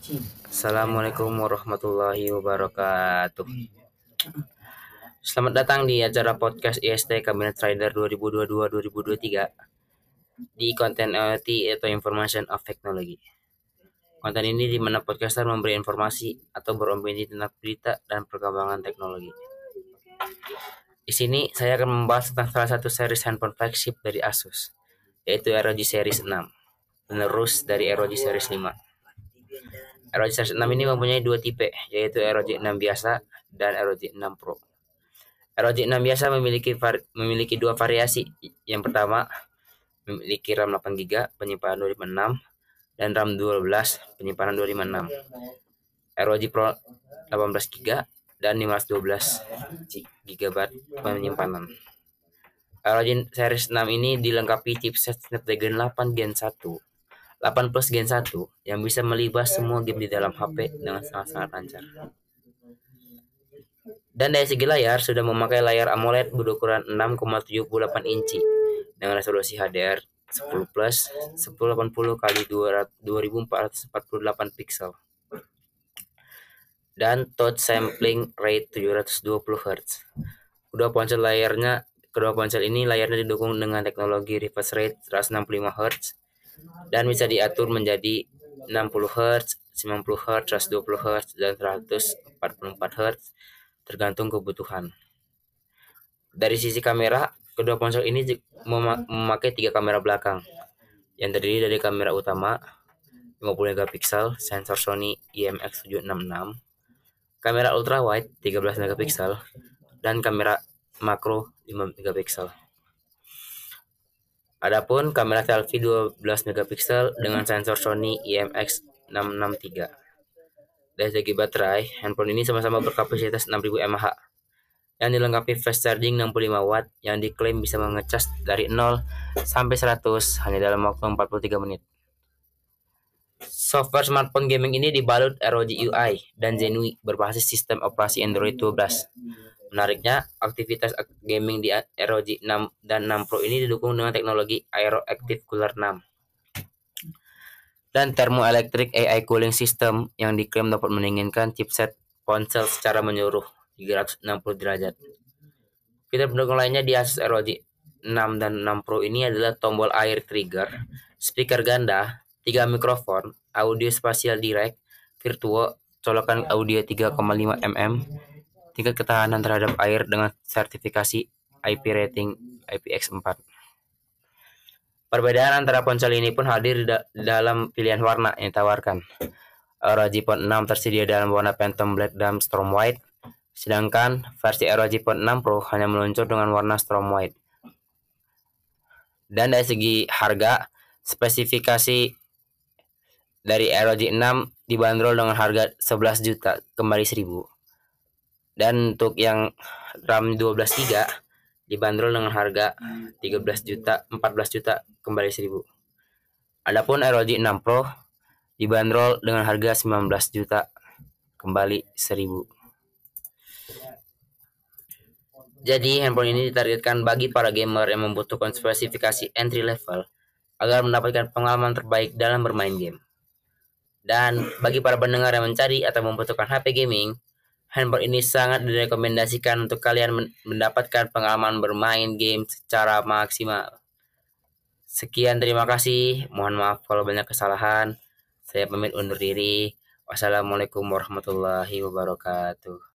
Assalamualaikum warahmatullahi wabarakatuh. Selamat datang di acara podcast IST Kabinet Rider 2022-2023 di konten IoT atau Information of Technology. Konten ini di mana podcaster memberi informasi atau beropini tentang berita dan perkembangan teknologi. Di sini saya akan membahas tentang salah satu series handphone flagship dari Asus, yaitu ROG Series 6, penerus dari ROG Series 5. ROG Series 6 ini mempunyai dua tipe, yaitu ROG 6 biasa dan ROG 6 Pro. ROG 6 biasa memiliki dua variasi. Yang pertama, memiliki RAM 8GB, penyimpanan 256, dan RAM 12, penyimpanan 256. ROG Pro 18GB dan 512GB penyimpanan. ROG Series 6 ini dilengkapi chipset Snapdragon 8 Gen 1 8 Plus Gen 1 yang bisa melibas semua game di dalam HP dengan sangat-sangat lancar. Dan dari segi layar sudah memakai layar AMOLED berukuran 6,78 inci dengan resolusi HDR 10 plus 1080 x 2448 pixel dan touch sampling rate 720 Hz. Kedua ponsel ini layarnya didukung dengan teknologi refresh rate 165 Hz dan bisa diatur menjadi 60 Hz, 90 Hz, 120 Hz, dan 144 Hz tergantung kebutuhan. Dari sisi kamera, kedua ponsel ini memakai 3 kamera belakang yang terdiri dari kamera utama 50 megapiksel sensor Sony IMX766, kamera ultrawide 13 megapiksel, dan kamera makro 5 megapiksel. Adapun kamera selfie 12 megapiksel dengan sensor Sony IMX663. Dari segi baterai, handphone ini sama-sama berkapasitas 6000 mAh yang dilengkapi fast charging 65 watt yang diklaim bisa mengecas dari 0 sampai 100 hanya dalam waktu 43 menit. Software smartphone gaming ini dibalut ROG UI dan Zenui berbasis sistem operasi Android 12. Menariknya, aktivitas gaming di ROG 6 dan 6 Pro ini didukung dengan teknologi Aero Active Cooler 6 dan Thermoelectric AI Cooling System yang diklaim dapat mendinginkan chipset ponsel secara menyeluruh 360 derajat. Fitur pendukung lainnya di Asus ROG 6 dan 6 Pro ini adalah tombol air trigger, speaker ganda, 3 mikrofon, audio spasial direct, virtuo, colokan audio 3,5 mm, tingkat ketahanan terhadap air dengan sertifikasi IP rating IPX4. Perbedaan antara ponsel ini pun hadir dalam pilihan warna yang ditawarkan. ROG Phone 6 tersedia dalam warna Phantom Black dan Storm White, sedangkan versi ROG Phone 6 Pro hanya meluncur dengan warna Storm White. Dan dari segi harga, spesifikasi dari ROG 6 dibanderol dengan harga 11 juta kembali 1000. Dan untuk yang RAM 12GB dibanderol dengan harga 13 juta, 14 juta kembali 1000. Adapun ROG 6 Pro dibanderol dengan harga 19 juta kembali 1000. Jadi handphone ini ditargetkan bagi para gamer yang membutuhkan spesifikasi entry level agar mendapatkan pengalaman terbaik dalam bermain game. Dan bagi para pendengar yang mencari atau membutuhkan HP gaming, handphone ini sangat direkomendasikan untuk kalian mendapatkan pengalaman bermain game secara maksimal. Sekian, terima kasih. Mohon maaf kalau banyak kesalahan. Saya pamit undur diri. Wassalamualaikum warahmatullahi wabarakatuh.